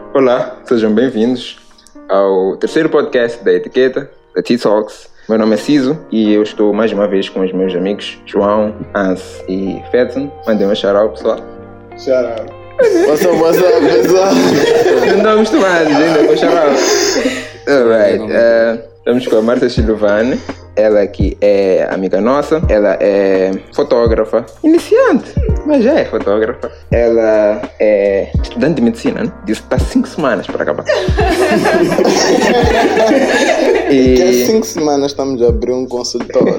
Olá, sejam bem-vindos ao terceiro podcast da Etiqueta, da T-Talks. Meu nome é Ciso e eu estou mais uma vez com os meus amigos João, Hans e Fedson. Mandem um shout-out, pessoal. Shout-out. What's up, pessoal? Não estou acostumado ainda com shout-out. Alright, estamos com a Marta Silvane. Ela que é amiga nossa, ela é fotógrafa, iniciante, mas já é fotógrafa. Ela é estudante de medicina, né? Disse que está 5 semanas para acabar. E que há 5 semanas estamos a abrir um consultório.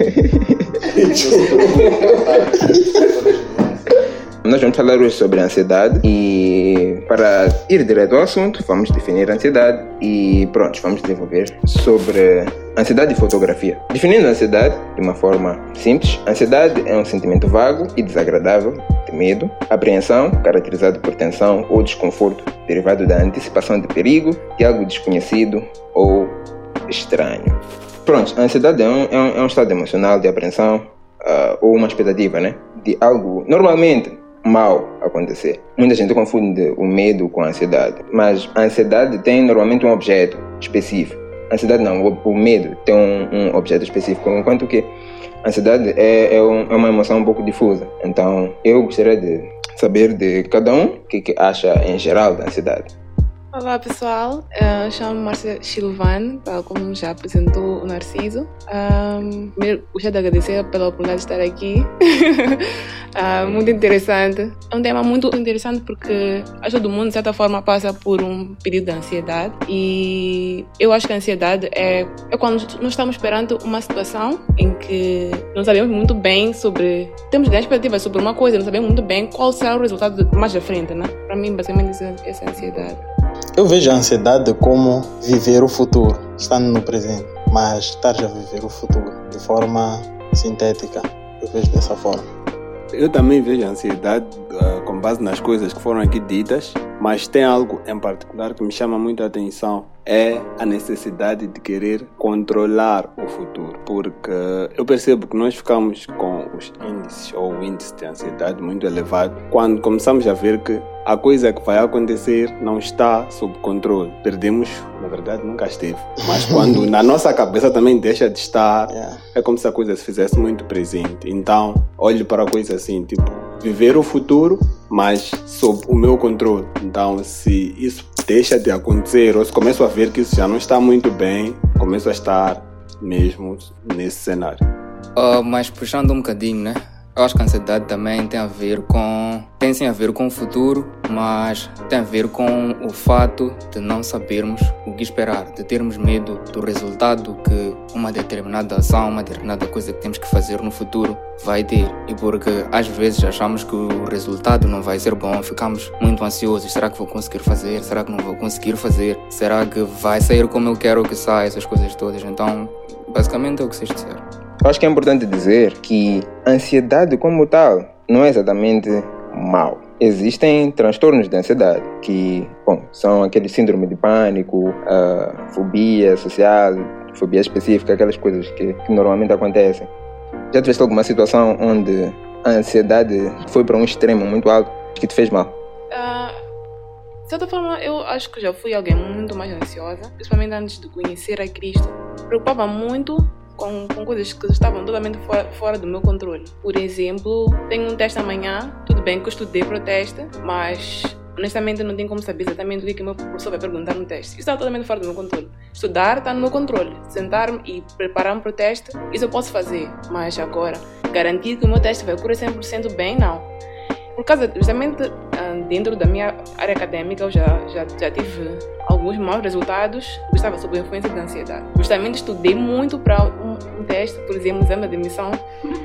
Nós vamos falar hoje sobre a ansiedade e para ir direto ao assunto, vamos definir a ansiedade e pronto, vamos desenvolver sobre ansiedade e fotografia. Definindo a ansiedade de uma forma simples, a ansiedade é um sentimento vago e desagradável de medo, apreensão, caracterizado por tensão ou desconforto, derivado da antecipação de perigo, de algo desconhecido ou estranho. Pronto, a ansiedade é um estado emocional de apreensão ou uma expectativa, né? De algo normalmente mal acontecer. Muita gente confunde o medo com a ansiedade, mas a ansiedade tem normalmente um objeto específico. A ansiedade não, o medo tem um objeto específico, enquanto que a ansiedade é uma emoção um pouco difusa. Então eu gostaria de saber de cada um o que acha em geral da ansiedade. Olá pessoal, chamo-me Marta Silvane, tal como já apresentou o Narciso. Primeiro, gostaria de agradecer pela oportunidade de estar aqui. Muito interessante. É um tema muito interessante porque acho que todo mundo, de certa forma, passa por um período de ansiedade. E eu acho que a ansiedade é quando nós estamos perante uma situação em que não sabemos muito bem sobre... Temos grandes expectativas sobre uma coisa, não sabemos muito bem qual será o resultado mais à frente, né? Para mim, basicamente, essa é a ansiedade. Eu vejo a ansiedade como viver o futuro, estando no presente, mas estar a viver o futuro de forma sintética. Eu vejo dessa forma. Eu também vejo a ansiedade com base nas coisas que foram aqui ditas, mas tem algo em particular que me chama muito a atenção, é a necessidade de querer controlar o futuro, porque eu percebo que nós ficamos com os índices ou o índice de ansiedade muito elevado quando começamos a ver que a coisa que vai acontecer não está sob controle. Perdemos, na verdade nunca esteve, mas quando na nossa cabeça também deixa de estar, é como se a coisa se fizesse muito presente. Então olho para a coisa assim, tipo, viver o futuro, mas sob o meu controle. Então se isso deixa de acontecer, ou se começo a ver que isso já não está muito bem, começo a estar mesmo nesse cenário. Mas puxando um bocadinho, né? Eu acho que a ansiedade também tem sim a ver com o futuro, mas tem a ver com o fato de não sabermos o que esperar, de termos medo do resultado que uma determinada ação, uma determinada coisa que temos que fazer no futuro vai ter. E porque às vezes achamos que o resultado não vai ser bom, ficamos muito ansiosos. Será que vou conseguir fazer? Será que não vou conseguir fazer? Será que vai sair como eu quero que saia? Essas coisas todas. Então, basicamente é o que vocês disseram. Eu acho que é importante dizer que a ansiedade como tal não é exatamente mal. Existem transtornos de ansiedade que, são aquele síndrome de pânico, fobia social, fobia específica, aquelas coisas que normalmente acontecem. Já tiveste alguma situação onde a ansiedade foi para um extremo muito alto que te fez mal? De certa forma, eu acho que já fui alguém muito mais ansiosa, principalmente antes de conhecer a Cristo. Preocupava muito com coisas que estavam totalmente fora do meu controle. Por exemplo, tenho um teste amanhã, tudo bem que eu estudei para o teste, mas honestamente não tenho como saber exatamente o que o meu professor vai perguntar no teste. Isso está totalmente fora do meu controle. Estudar está no meu controle. Sentar-me e preparar-me para o teste, isso eu posso fazer. Mas agora, garantir que o meu teste vai correr 100% bem, não. Por causa, justamente, dentro da minha área acadêmica, eu já tive alguns maus resultados. Eu estava sob a influência da ansiedade. Justamente estudei muito para um teste, por exemplo, exame de admissão.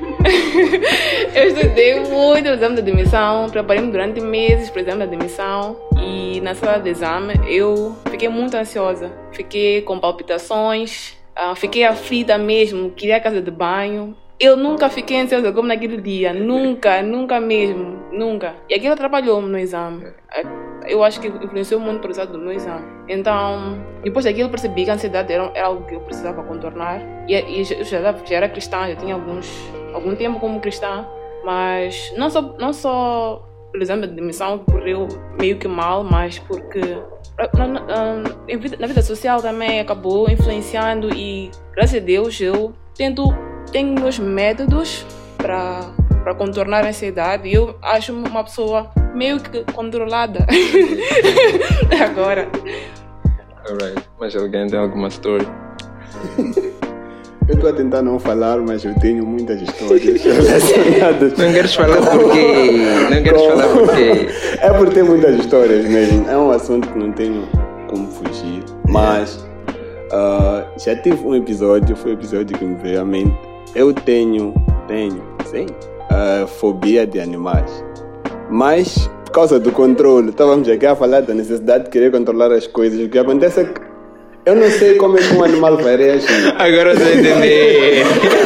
Eu estudei muito o exame de admissão, preparei-me durante meses para o exame de admissão. E na sala de exame eu fiquei muito ansiosa. Fiquei com palpitações, fiquei aflita mesmo, queria a casa de banho. Eu nunca fiquei ansiosa como naquele dia, nunca mesmo, nunca. E aquilo atrapalhou-me no exame. Eu acho que influenciou muito o resultado do meu exame. Então, depois daquilo percebi que a ansiedade era algo que eu precisava contornar. E eu já era cristã, já tinha algum tempo como cristã, mas não só por exemplo, a demissão correu meio que mal, mas porque na vida social também acabou influenciando e, graças a Deus, eu tenho meus métodos para contornar a ansiedade e eu acho uma pessoa meio que controlada agora. Alright, mas alguém tem alguma story? Eu estou a tentar não falar, mas eu tenho muitas histórias relacionadas. Não queres falar por quê? Não queres falar por quê? É por ter muitas histórias mesmo. É um assunto que não tenho como fugir. Mas já tive um episódio, foi o episódio que me veio à mente. Eu tenho, sim, fobia de animais. Mas, por causa do controle, estávamos aqui a falar da necessidade de querer controlar as coisas. O que acontece é que eu não sei como é que um animal vai reagir. Agora estou a entender.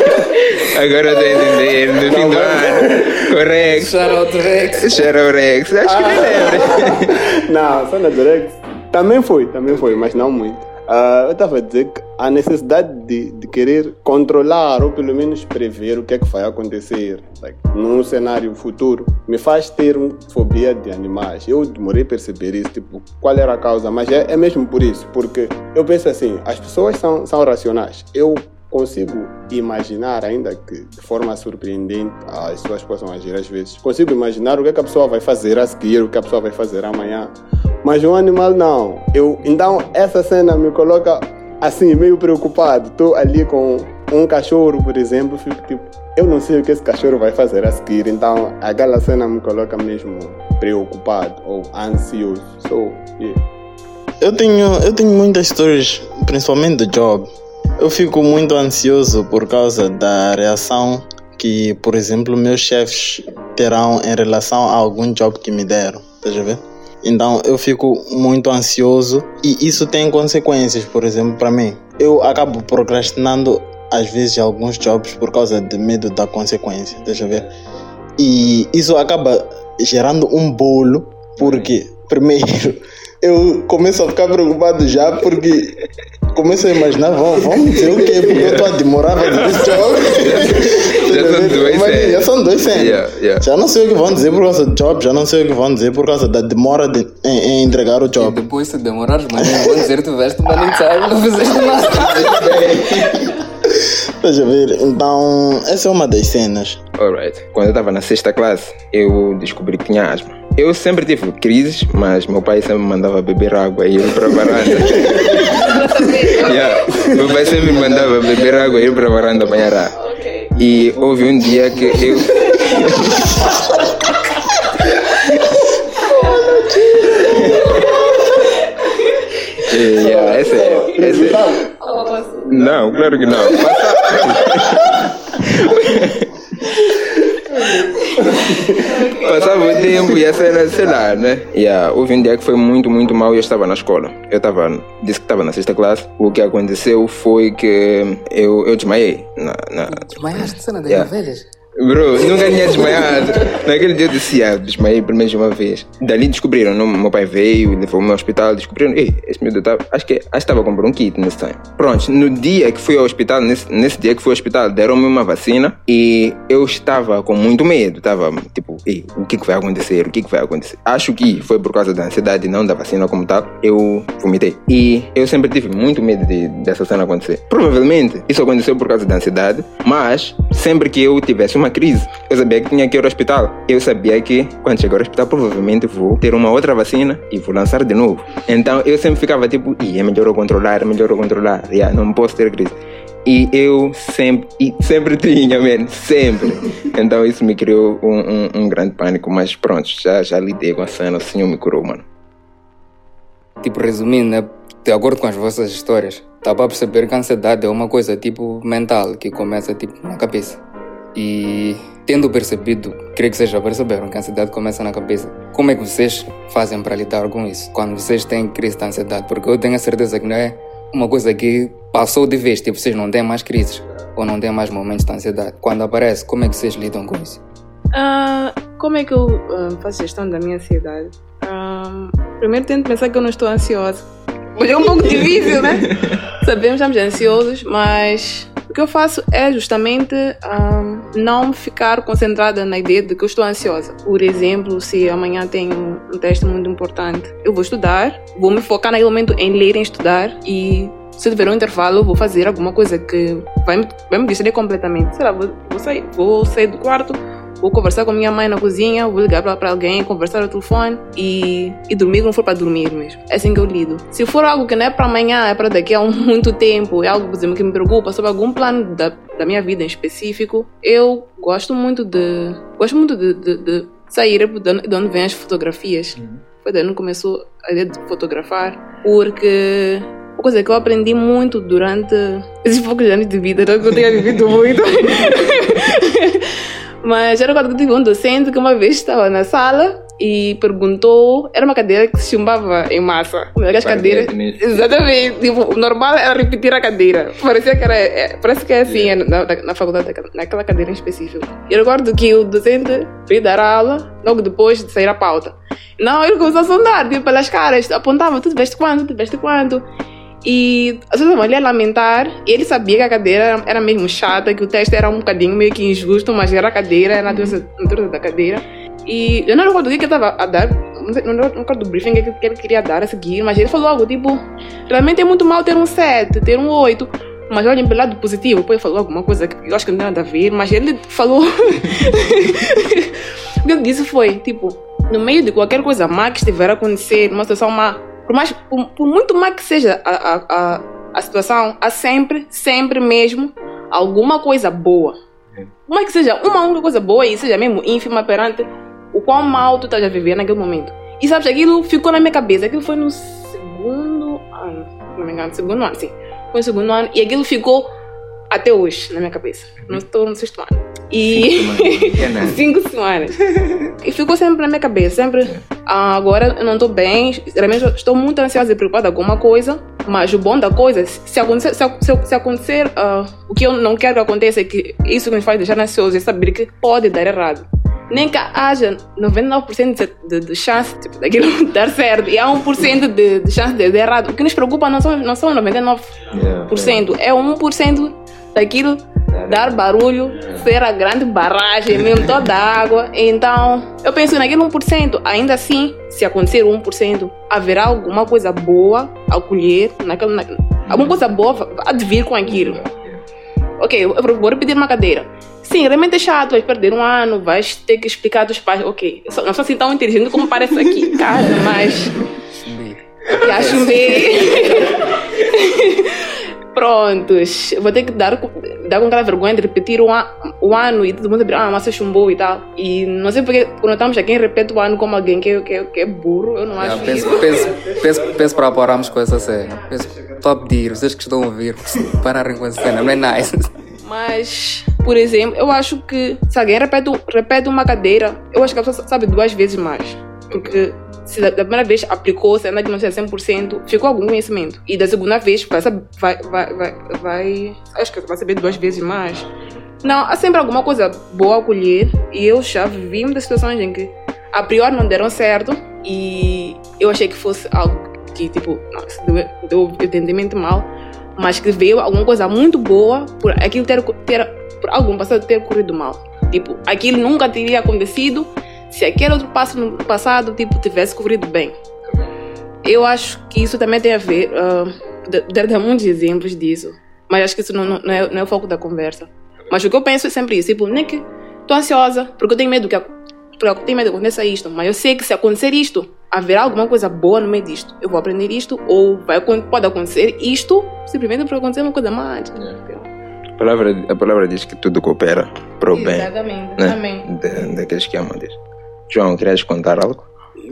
No fim do ano. O Rex. Shout Rex. Acho que nem lembro. Não, só na do Rex. Também foi, mas não muito. Eu estava a dizer que a necessidade de querer controlar ou pelo menos prever o que é que vai acontecer num cenário futuro me faz ter fobia de animais. Eu demorei a perceber isso, tipo, qual era a causa, mas é mesmo por isso, porque eu penso assim, as pessoas são racionais. Eu consigo imaginar, ainda que de forma surpreendente as pessoas possam agir às vezes, consigo imaginar o que é que a pessoa vai fazer a seguir, o que a pessoa vai fazer amanhã. Mas um animal não. Então essa cena me coloca assim, meio preocupado. Estou ali com um cachorro, por exemplo, fico tipo, eu não sei o que esse cachorro vai fazer a seguir. Então aquela cena me coloca mesmo preocupado ou ansioso. Eu tenho muitas histórias, principalmente do job. Eu fico muito ansioso por causa da reação que, por exemplo, meus chefes terão em relação a algum job que me deram. Estás a ver? Então eu fico muito ansioso e isso tem consequências, por exemplo, para mim. Eu acabo procrastinando às vezes alguns jobs por causa de medo da consequência, deixa eu ver. E isso acaba gerando um bolo, porque primeiro eu começo a ficar preocupado já, porque começo a imaginar, vamos dizer o quê? Porque eu estou a demorar a fazer esse job. Já são dois cenas. Yeah. Já não sei o que vão dizer por causa do job, já não sei o que vão dizer por causa da demora em entregar o job. E depois, se demorares, mas não vão dizer que tu tiveste uma mensagem, não fizeste nada. Deixa eu ver, então essa é uma das cenas. Alright, quando eu estava na 6ª classe, eu descobri que tinha asma. Eu sempre tive crises, mas meu pai sempre me mandava beber água e ir para a varanda. Meu pai sempre me mandava beber água e ir para a varanda banhar água. E houve um dia que eu... essa é. Não, claro que não. Passava o tempo e a cena, sei lá, né? Houve um dia que foi muito, muito mal e eu estava na escola. Disse que estava na 6ª classe. O que aconteceu foi que eu desmaiei. Desmaiaste, cena das velhas? Bro, nunca tinha desmaiado. Naquele dia eu disse, desmaiei pelo menos uma vez. Dali descobriram, meu pai veio, levou-me ao hospital, descobriram, esse miúdo acho que estava com bronquite nesse tempo. Pronto, no dia que fui ao hospital, nesse dia que fui ao hospital, deram-me uma vacina e eu estava com muito medo. Estava tipo, o que vai acontecer? O que vai acontecer? Acho que foi por causa da ansiedade e não da vacina como tal, eu vomitei. E eu sempre tive muito medo dessa cena acontecer. Provavelmente isso aconteceu por causa da ansiedade, mas sempre que eu tivesse uma crise, eu sabia que tinha que ir ao hospital. Eu sabia que quando chegar ao hospital provavelmente vou ter uma outra vacina e vou lançar de novo. Então eu sempre ficava tipo, é melhor eu controlar, não posso ter crise. E eu sempre tinha, sempre. Então isso me criou um grande pânico, mas pronto, já lidei com a cena, o Senhor me curou, mano. Tipo, resumindo, né? De acordo com as vossas histórias, dá para perceber que a ansiedade é uma coisa tipo mental, que começa tipo na cabeça. E tendo percebido, creio que vocês já perceberam que a ansiedade começa na cabeça. Como é que vocês fazem para lidar com isso quando vocês têm crise de ansiedade? Porque eu tenho a certeza que não é uma coisa que passou de vez, tipo, vocês não têm mais crises ou não têm mais momentos de ansiedade. Quando aparece, como é que vocês lidam com isso? Como é que eu faço gestão da minha ansiedade? Primeiro tento pensar que eu não estou ansiosa. Mas é um pouco difícil, né? Sabemos que estamos ansiosos, mas o que eu faço é justamente não ficar concentrada na ideia de que eu estou ansiosa. Por exemplo, se amanhã tenho um teste muito importante, eu vou estudar, vou me focar naquele momento em ler, em estudar, e se eu tiver um intervalo, eu vou fazer alguma coisa que vai me distrair completamente. Sei lá, vou sair do quarto, vou conversar com a minha mãe na cozinha, vou ligar para alguém, conversar ao telefone e dormir quando for para dormir mesmo. É assim que eu lido. Se for algo que não é para amanhã, é para daqui a muito tempo, é algo, por exemplo, que me preocupa sobre algum plano da minha vida em específico, eu gosto muito de sair de onde vêm as fotografias. Foi daí que começou a ideia de fotografar, porque uma coisa que eu aprendi muito durante esses poucos anos de vida, não que eu tenha vivido muito. Mas era quando eu tive um docente que uma vez estava na sala e perguntou, era uma cadeira que se chumbava em massa. Aquelas cadeiras, exatamente, tipo, o normal era repetir a cadeira. Parece que é assim na faculdade, naquela cadeira em específico. Eu recordo que o docente veio dar a aula logo depois de sair a pauta. Não, ele começou a sondar, tipo, pelas caras, apontava, tu tiveste quanto? E as pessoas estavam ali a lamentar. E ele sabia que a cadeira era mesmo chata, que o teste era um bocadinho meio que injusto, mas era a cadeira, era a natureza da cadeira. E eu não recordo o que ele estava a dar, não recordo do briefing que ele queria dar a seguir, mas ele falou algo tipo: realmente é muito mal ter um 7, ter um 8, mas olhem pelo lado positivo. Depois ele falou alguma coisa que eu acho que não tem nada a ver, mas ele falou. O que ele disse foi: tipo, no meio de qualquer coisa má que estiver a acontecer, uma situação má, por muito má que seja a situação, há sempre mesmo alguma coisa boa. Por mais que seja uma única coisa boa e seja mesmo ínfima perante o quão mal tu estás a viver naquele momento. E sabes, aquilo ficou na minha cabeça. Aquilo foi no segundo ano, não me engano, segundo ano, sim. Foi no segundo ano e aquilo ficou até hoje na minha cabeça. Não estou no 6º ano. E 5 semanas. E ficou sempre na minha cabeça, sempre. Agora eu não estou bem, realmente estou muito ansiosa e preocupada com alguma coisa, mas o bom da coisa, se acontecer o que eu não quero que aconteça, é que isso que nos faz deixar ansioso é saber que pode dar errado. Nem que haja 99% de chance daquilo dar certo e há 1% de chance de dar errado. O que nos preocupa não são 99%, é 1% daquilo dar barulho, ser a grande barragem mesmo, toda a água. Então, eu penso naquele 1%, ainda assim, se acontecer 1%, haverá alguma coisa boa a colher, alguma coisa boa a vir com aquilo. Ok, eu vou repetir uma cadeira. Sim, realmente é chato, vais perder um ano, vais ter que explicar aos teus pais, ok, eu não sou assim tão inteligente como parece aqui, cara, mas... Já chumbei. Prontos, vou ter que dar com aquela vergonha de repetir o ano e todo mundo saber, mas você chumbou e tal. E não sei porque notamos a quem repete o ano como alguém que é burro, eu não acho isso. Penso para pararmos com essa cena. Penso para pedir, vocês que estão a ouvir, pararem com essa cena, não é nice. Mas, por exemplo, eu acho que se alguém repete uma cadeira, eu acho que a pessoa sabe 2 vezes mais. Porque se da primeira vez aplicou, se ainda que não seja 100%, ficou algum conhecimento. E da segunda vez, acho que vai saber 2 vezes mais. Não, há sempre alguma coisa boa a colher. E eu já vivi muitas situações em que a priori não deram certo. E eu achei que fosse algo que, tipo, deu evidentemente mal. Mas que veio alguma coisa muito boa por aquilo por algum passado ter corrido mal. Tipo, aquilo nunca teria acontecido se aquele outro passo no passado, tipo, tivesse corrido bem. Eu acho que isso também tem a ver, dar muitos exemplos disso, mas acho que isso não é o foco da conversa. Mas o que eu penso é sempre isso, tipo, nem que estou ansiosa, porque eu tenho medo que aconteça isto, mas eu sei que se acontecer isto, haverá alguma coisa boa no meio disto. Eu vou aprender isto, ou pode acontecer isto, simplesmente para acontecer uma coisa mais. A palavra diz que tudo coopera para o bem. Exatamente, né? Amém. Daqueles que amam Deus. João, querias contar algo?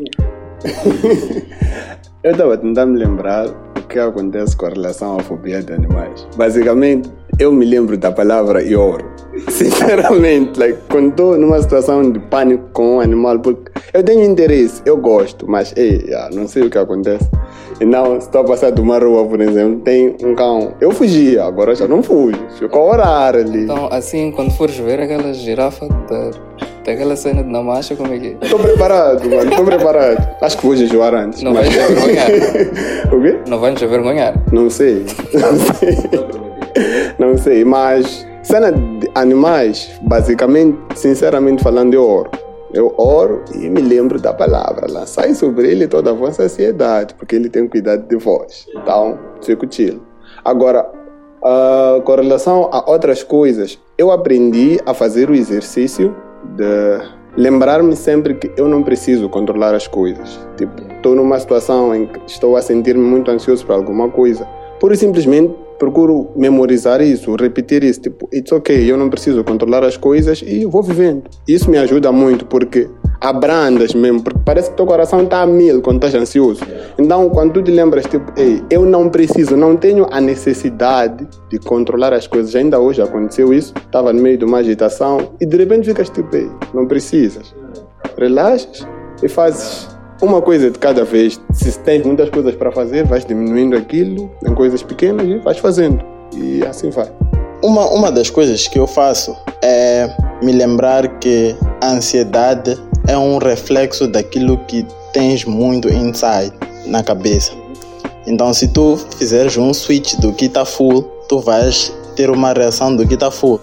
Eu estava tentando me lembrar o que acontece com a relação à fobia de animais. Basicamente, eu me lembro da palavra ioro. Sinceramente, quando estou numa situação de pânico com um animal, porque eu tenho interesse, eu gosto, mas não sei o que acontece. Então, se estou a passar de uma rua, por exemplo, tem um cão, eu fugia, agora já não fujo, fico a orar ali. Então, assim, quando fores ver aquela girafa daquela cena de Namacha, como é que é? Estou preparado, mano, estou preparado. Acho que vou jejuar antes. Não vais te envergonhar. O quê? Não vais te envergonhar. Não sei, mas cena de animais, basicamente, sinceramente falando, eu oro. Eu oro e me lembro da palavra. Lançai sobre ele toda a vossa ansiedade, porque ele tem cuidado de vós. Então, fico chill. Agora, com relação a outras coisas, eu aprendi a fazer o exercício de lembrar-me sempre que eu não preciso controlar as coisas. Tipo, estou numa situação em que estou a sentir-me muito ansioso por alguma coisa. Pura e simplesmente procuro memorizar isso, repetir isso. Tipo, it's ok, eu não preciso controlar as coisas e vou vivendo. Isso me ajuda muito porque abrandas mesmo, porque parece que teu coração está a 1000 quando estás ansioso. Então, quando tu te lembras, tipo, ei, eu não preciso, não tenho a necessidade de controlar as coisas. Ainda hoje aconteceu isso, estava no meio de uma agitação e de repente ficas tipo, ei, não precisas. Relaxas e fazes uma coisa de cada vez. Se tens muitas coisas para fazer, vais diminuindo aquilo em coisas pequenas e vais fazendo. E assim vai. Uma das coisas que eu faço é me lembrar que a ansiedade é um reflexo daquilo que tens muito inside na cabeça. Então, se tu fizeres um switch do que está full, tu vais ter uma reação do que está full.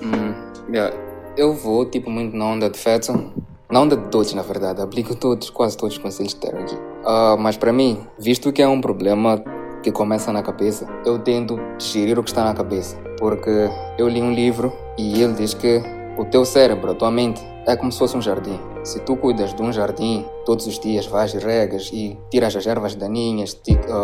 Eu vou tipo muito na onda de Fedson. Na onda de todos, na verdade. Aplico quase todos os conselhos que deram aqui. Mas para mim, visto que é um problema que começa na cabeça, eu tento gerir o que está na cabeça. Porque eu li um livro e ele diz que o teu cérebro, a tua mente, é como se fosse um jardim. Se tu cuidas de um jardim, todos os dias vais e regas e tiras as ervas daninhas,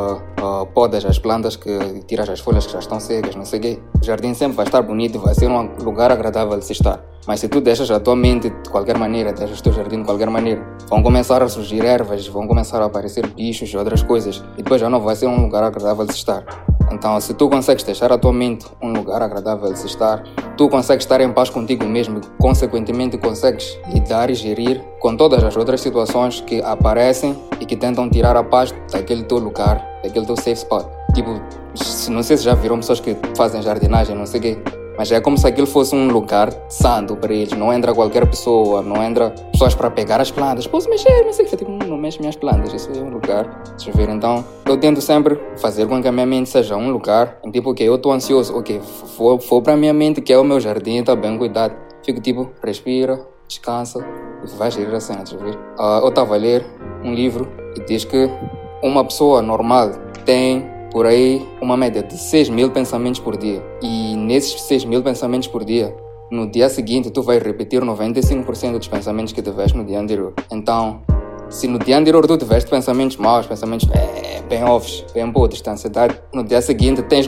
podas as plantas, tiras as folhas que já estão secas, não sei o quê. O jardim sempre vai estar bonito, vai ser um lugar agradável de se estar. Mas se tu deixas a tua mente de qualquer maneira, deixas o teu jardim de qualquer maneira, vão começar a surgir ervas, vão começar a aparecer bichos e outras coisas. E depois já não vai ser um lugar agradável de se estar. Então, se tu consegues deixar a tua mente um lugar agradável de se estar, tu consegues estar em paz contigo mesmo e, consequentemente, consegues lidar e gerir com todas as outras situações que aparecem e que tentam tirar a paz daquele teu lugar, daquele teu safe spot. Tipo, não sei se já viram pessoas que fazem jardinagem, não sei o quê, mas é como se aquilo fosse um lugar santo para eles. Não entra qualquer pessoa, não entra pessoas para pegar as plantas. Posso mexer, não sei o que. Tipo, não mexe minhas plantas, isso é um lugar. Deixa eu ver, então, eu tento sempre fazer com que a minha mente seja um lugar em tipo, ok, eu estou ansioso, ok, vou para a minha mente, que é o meu jardim, está bem cuidado. Fico tipo, respira, descansa e vai gerir a cena, deixa eu ver. Eu estava a ler um livro e diz que uma pessoa normal tem por aí uma média de 6.000 pensamentos por dia. E nesses 6.000 pensamentos por dia, no dia seguinte tu vais repetir 95% dos pensamentos que tiveste no dia anterior. Então, se no dia anterior tu tiveste pensamentos maus, pensamentos bem offs, bem podres de ansiedade, no dia seguinte tens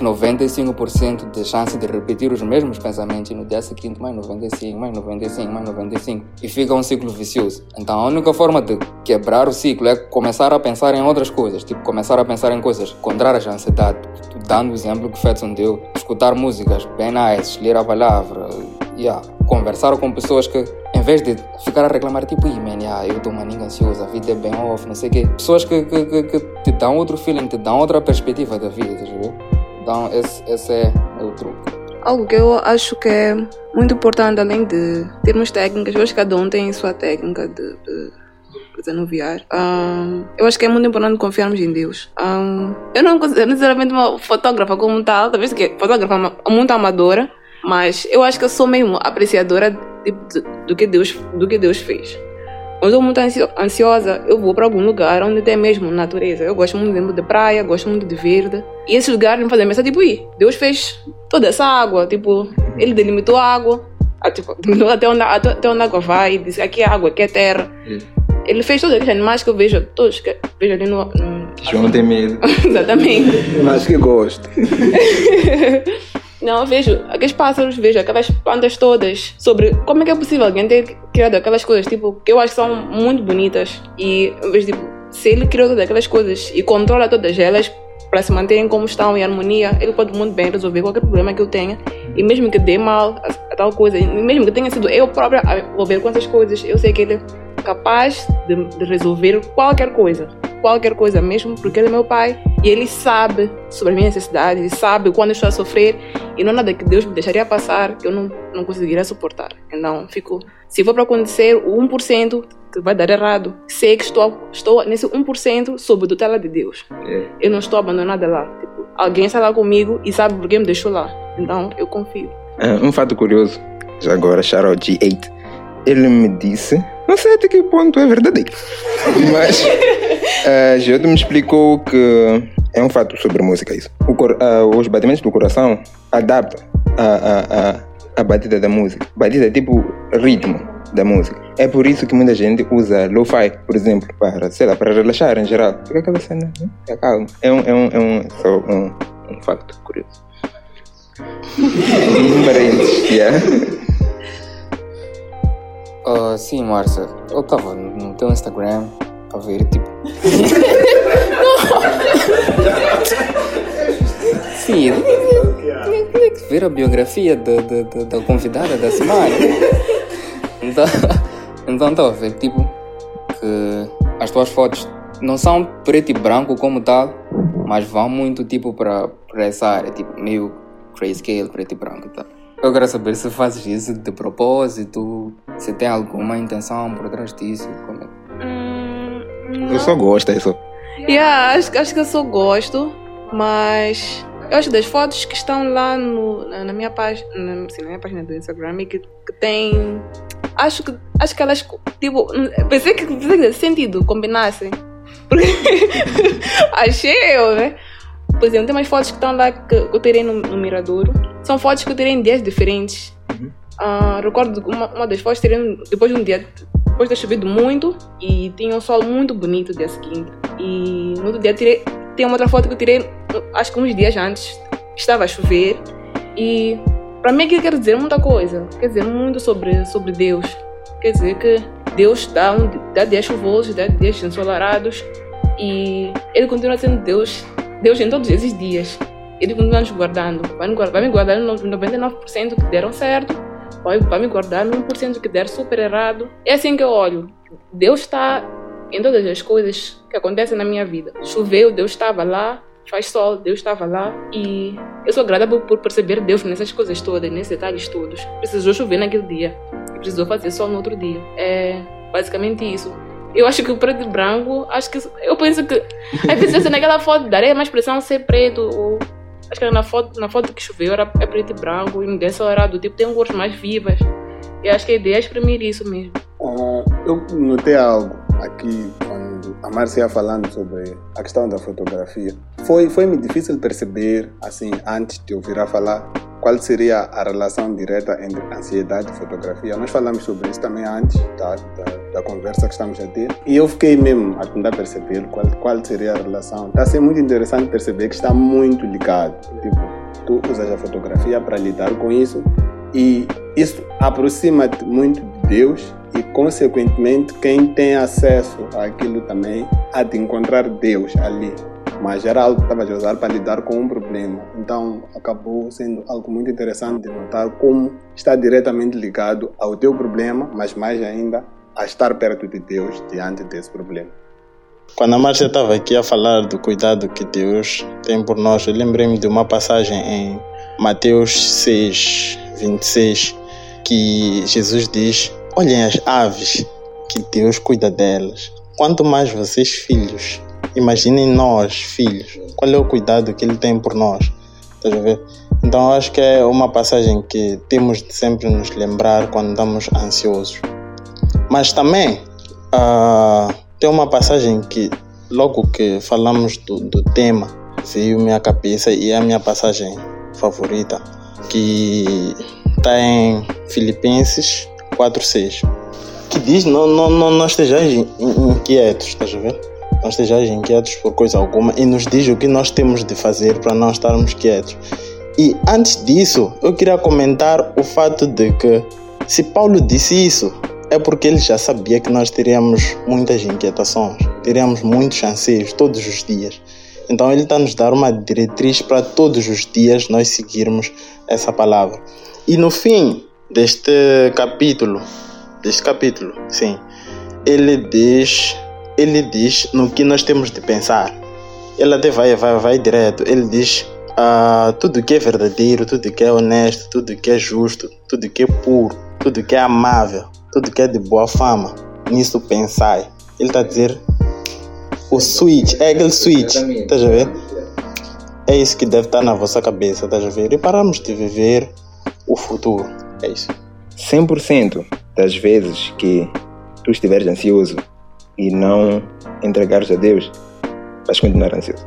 95% de chance de repetir os mesmos pensamentos e no dia seguinte mais 95, mais 95, mais 95 e fica um ciclo vicioso. Então a única forma de quebrar o ciclo é começar a pensar em outras coisas, tipo começar a pensar em coisas contrárias à ansiedade. Dando o exemplo que o Fedson deu, escutar músicas bem nice, ler a palavra, conversar com pessoas que, em vez de ficar a reclamar, tipo, eu estou maninho ansioso, a vida é bem off, não sei o quê. Pessoas que te dão outro feeling, te dão outra perspectiva da vida, tá vendo? Então, esse é o truque. Algo que eu acho que é muito importante, além de termos técnicas, eu acho que cada um tem a sua técnica de desanuviar. Eu acho que é muito importante confiarmos em Deus. Eu não considero necessariamente uma fotógrafa como tal, talvez que fotógrafa muito amadora, mas eu acho que eu sou mesmo apreciadora do que Deus fez. Quando eu estou muito ansiosa, eu vou para algum lugar onde tem mesmo natureza. Eu gosto muito de praia, gosto muito de verde. E esses lugares me fazem pensar, tipo, Deus fez toda essa água, tipo, Ele delimitou a água, delimitou até onde a água vai, disse aqui é água, aqui é terra. Ele fez todos aqueles animais que eu vejo, todos que vejo ali no... João não tem medo. Exatamente. Mas que gosto. Não, eu vejo aqueles pássaros, vejo aquelas plantas todas, sobre como é que é possível alguém ter criado aquelas coisas, tipo, que eu acho que são muito bonitas. E eu vejo, tipo, se ele criou todas aquelas coisas e controla todas elas para se manterem como estão, em harmonia, ele pode muito bem resolver qualquer problema que eu tenha. E mesmo que dê mal a tal coisa, e mesmo que tenha sido eu própria a envolver com essas coisas, eu sei que ele é capaz de resolver qualquer coisa mesmo, porque ele é meu pai e ele sabe sobre as minhas necessidades, ele sabe quando eu estou a sofrer e não é nada que Deus me deixaria passar que eu não conseguiria suportar. Então, se for para acontecer o 1% que vai dar errado, sei que estou nesse 1% sob tutela de Deus. Eu não estou abandonada lá. Alguém está lá comigo e sabe por que me deixou lá. Então, eu confio. Um fato curioso já agora shout out G8, ele me disse, não sei até que ponto é verdadeiro, mas G8 me explicou que é um fato sobre música isso. Os batimentos do coração adaptam a batida da música. Batida é tipo ritmo da música. É por isso que muita gente usa lo-fi, por exemplo, para relaxar em geral. Fica aquela cena, né? É calmo. Só um facto curioso. Yeah. Sim, Márcia, eu estava no teu Instagram a ver, tipo... Sim, tinha que ver a biografia da convidada da semana. Então estava a ver, tipo, que as tuas fotos não são preto e branco como tal, mas vão muito, tipo, para essa área, tipo, meio grayscale, preto e branco e tal. Eu quero saber se fazes isso de propósito, se tem alguma intenção por trás disso, como é? Eu só gosto, é isso. Acho que eu só gosto, mas eu acho das fotos que estão lá na minha página, na minha página do Instagram, e que tem... Acho que elas, tipo, pensei que fazia sentido combinassem. Porque achei eu, né? Por exemplo, tem umas fotos que estão lá que eu tirei no Miradouro. São fotos que eu tirei em dias diferentes. Recordo uma das fotos tirei depois de um dia, depois de ter chovido muito e tinha um sol muito bonito no dia seguinte. E no outro dia tem uma outra foto que eu tirei, acho que uns dias antes, estava a chover. E para mim aquilo quer dizer muita coisa. Quer dizer muito sobre Deus. Quer dizer que Deus dá dias chuvosos, dá dias ensolarados. E Ele continua sendo Deus em todos esses dias. Ele continua nos guardando. Vai me guardar nos 99% que deram certo. Vai me guardar no 1% que der super errado. É assim que eu olho. Deus está em todas as coisas que acontecem na minha vida. Choveu, Deus estava lá. Faz sol, Deus estava lá. E eu sou grata por perceber Deus nessas coisas todas, nesses detalhes todos. Precisou chover naquele dia. Precisou fazer sol no outro dia. É basicamente isso. Eu acho que o preto e branco, eu penso que às vezes naquela foto daria mais pressão ser preto, ou acho que na foto que choveu é preto e branco, e ninguém só era do tipo, tem cores mais vivas. E acho que a ideia é exprimir isso mesmo. Eu notei algo aqui quando a Márcia ia falando sobre a questão da fotografia. Foi-me difícil perceber, assim, antes de ouvir a falar, qual seria a relação direta entre ansiedade e fotografia. Nós falamos sobre isso também antes da conversa que estamos a ter. E eu fiquei mesmo a tentar perceber qual seria a relação. Está a ser muito interessante perceber que está muito ligado. Tipo, tu usas a fotografia para lidar com isso. E isso aproxima-te muito de Deus e, consequentemente, quem tem acesso àquilo também há de encontrar Deus ali. Mas era algo que estavas a usar para lidar com um problema. Então, acabou sendo algo muito interessante de notar como está diretamente ligado ao teu problema, mas mais ainda a estar perto de Deus diante desse problema. Quando a Márcia estava aqui a falar do cuidado que Deus tem por nós, eu lembrei-me de uma passagem em Mateus 6, 26, que Jesus diz: olhem as aves, que Deus cuida delas. Quanto mais vocês, filhos. Imaginem nós, filhos, qual é o cuidado que Ele tem por nós. Estás a ver? Então acho que é uma passagem que temos de sempre nos lembrar quando estamos ansiosos. Mas também tem uma passagem que logo que falamos do tema veio-me à cabeça e é a minha passagem favorita, que está em Filipenses 4:6, que diz não estejais inquietos, estás a ver? Não estejais inquietos por coisa alguma, e nos diz o que nós temos de fazer para não estarmos quietos. E antes disso, eu queria comentar o fato de que, se Paulo disse isso, é porque ele já sabia que nós teríamos muitas inquietações, teríamos muitos anseios todos os dias. Então ele está nos dar uma diretriz para todos os dias nós seguirmos essa palavra. E no fim deste capítulo, sim, ele diz no que nós temos de pensar. Ele até vai direto. Ele diz tudo que é verdadeiro, tudo que é honesto, tudo que é justo, tudo que é puro, tudo que é amável, tudo que é de boa fama, nisso pensai. Ele está a dizer o switch, é aquele switch, estás a ver? É isso que deve estar na vossa cabeça, estás a ver? E paramos de viver o futuro, é isso. 100% das vezes que tu estiveres ansioso e não entregares a Deus, vais continuar ansioso.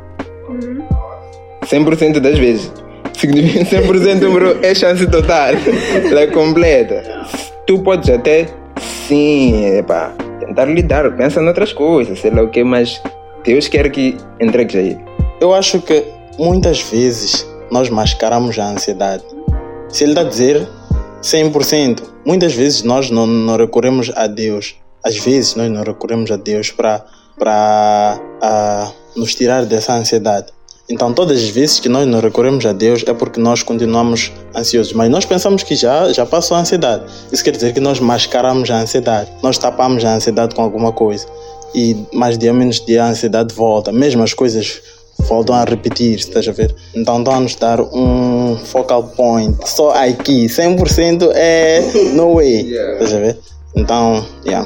100% das vezes. Significa 100%, bro, é chance total. Ela é completa. Tu podes até, sim, tentar lidar, pensa noutras coisas, sei lá o que, mas Deus quer que entregues a Ele. Eu acho que muitas vezes nós mascaramos a ansiedade. Se Ele está a dizer 100%, muitas vezes nós não recorremos a Deus. Às vezes nós não recorremos a Deus para nos tirar dessa ansiedade. Então, todas as vezes que nós não recorremos a Deus é porque nós continuamos ansiosos. Mas nós pensamos que já passou a ansiedade. Isso quer dizer que nós mascaramos a ansiedade. Nós tapamos a ansiedade com alguma coisa. E mais dia menos dia a ansiedade volta. Mesmo as coisas voltam a repetir, estás a ver? Então, vamos dar um focal point. Só aqui, 100% é no way. Estás a ver? Então,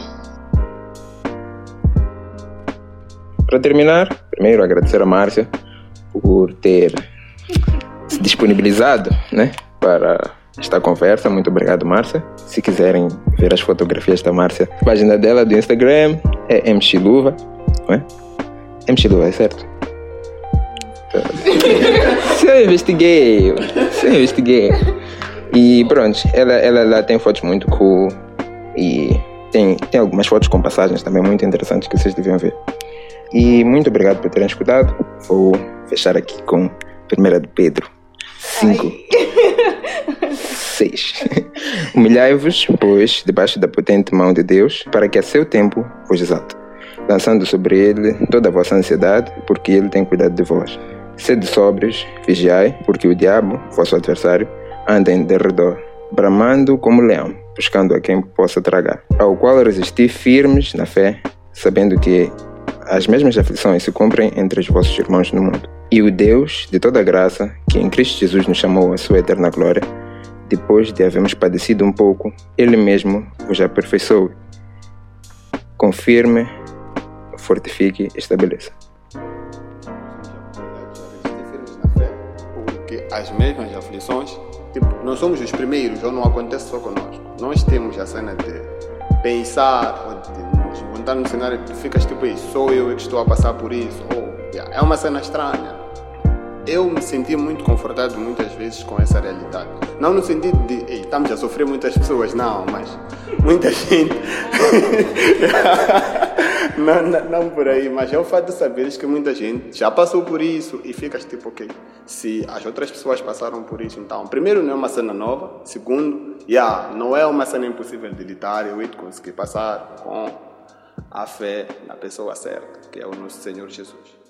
Para terminar, primeiro agradecer a Márcia por ter se disponibilizado, né, para esta conversa. Muito obrigado, Márcia. Se quiserem ver as fotografias da Márcia, a página dela do Instagram é mxiluva, não é? mxiluva, é certo? Se eu investiguei. E pronto, ela tem fotos muito cool e tem algumas fotos com passagens também muito interessantes que vocês deviam ver. E muito obrigado por terem escutado. Vou fechar aqui com 1 de Pedro 5, 6. Humilhai-vos, pois, debaixo da potente mão de Deus, para que a seu tempo vos exalte, lançando sobre ele toda a vossa ansiedade, porque ele tem cuidado de vós. Sede sóbrios, vigiai, porque o diabo, vosso adversário, anda em derredor, bramando como leão, buscando a quem possa tragar, ao qual resisti firmes na fé, sabendo que as mesmas aflições se cumprem entre os vossos irmãos no mundo. E o Deus de toda graça, que em Cristo Jesus nos chamou à sua eterna glória, depois de havermos padecido um pouco, Ele mesmo vos aperfeiçoe, confirme, fortifique e estabeleça. Porque as mesmas aflições, nós somos os primeiros, ou não acontece só conosco. Nós temos a cena de pensar, ou de nos montar num cenário que tu ficas tipo, sou eu que estou a passar por isso, é uma cena estranha. Eu me senti muito confortado muitas vezes com essa realidade. Não no sentido de, estamos a sofrer muitas pessoas, não, mas muita gente. não por aí, mas é o fato de saberes que muita gente já passou por isso e ficas tipo, ok, se as outras pessoas passaram por isso, então, primeiro, não é uma cena nova. Segundo, não é uma cena impossível de lidar. Eu hei de conseguir passar com a fé na pessoa certa, que é o nosso Senhor Jesus.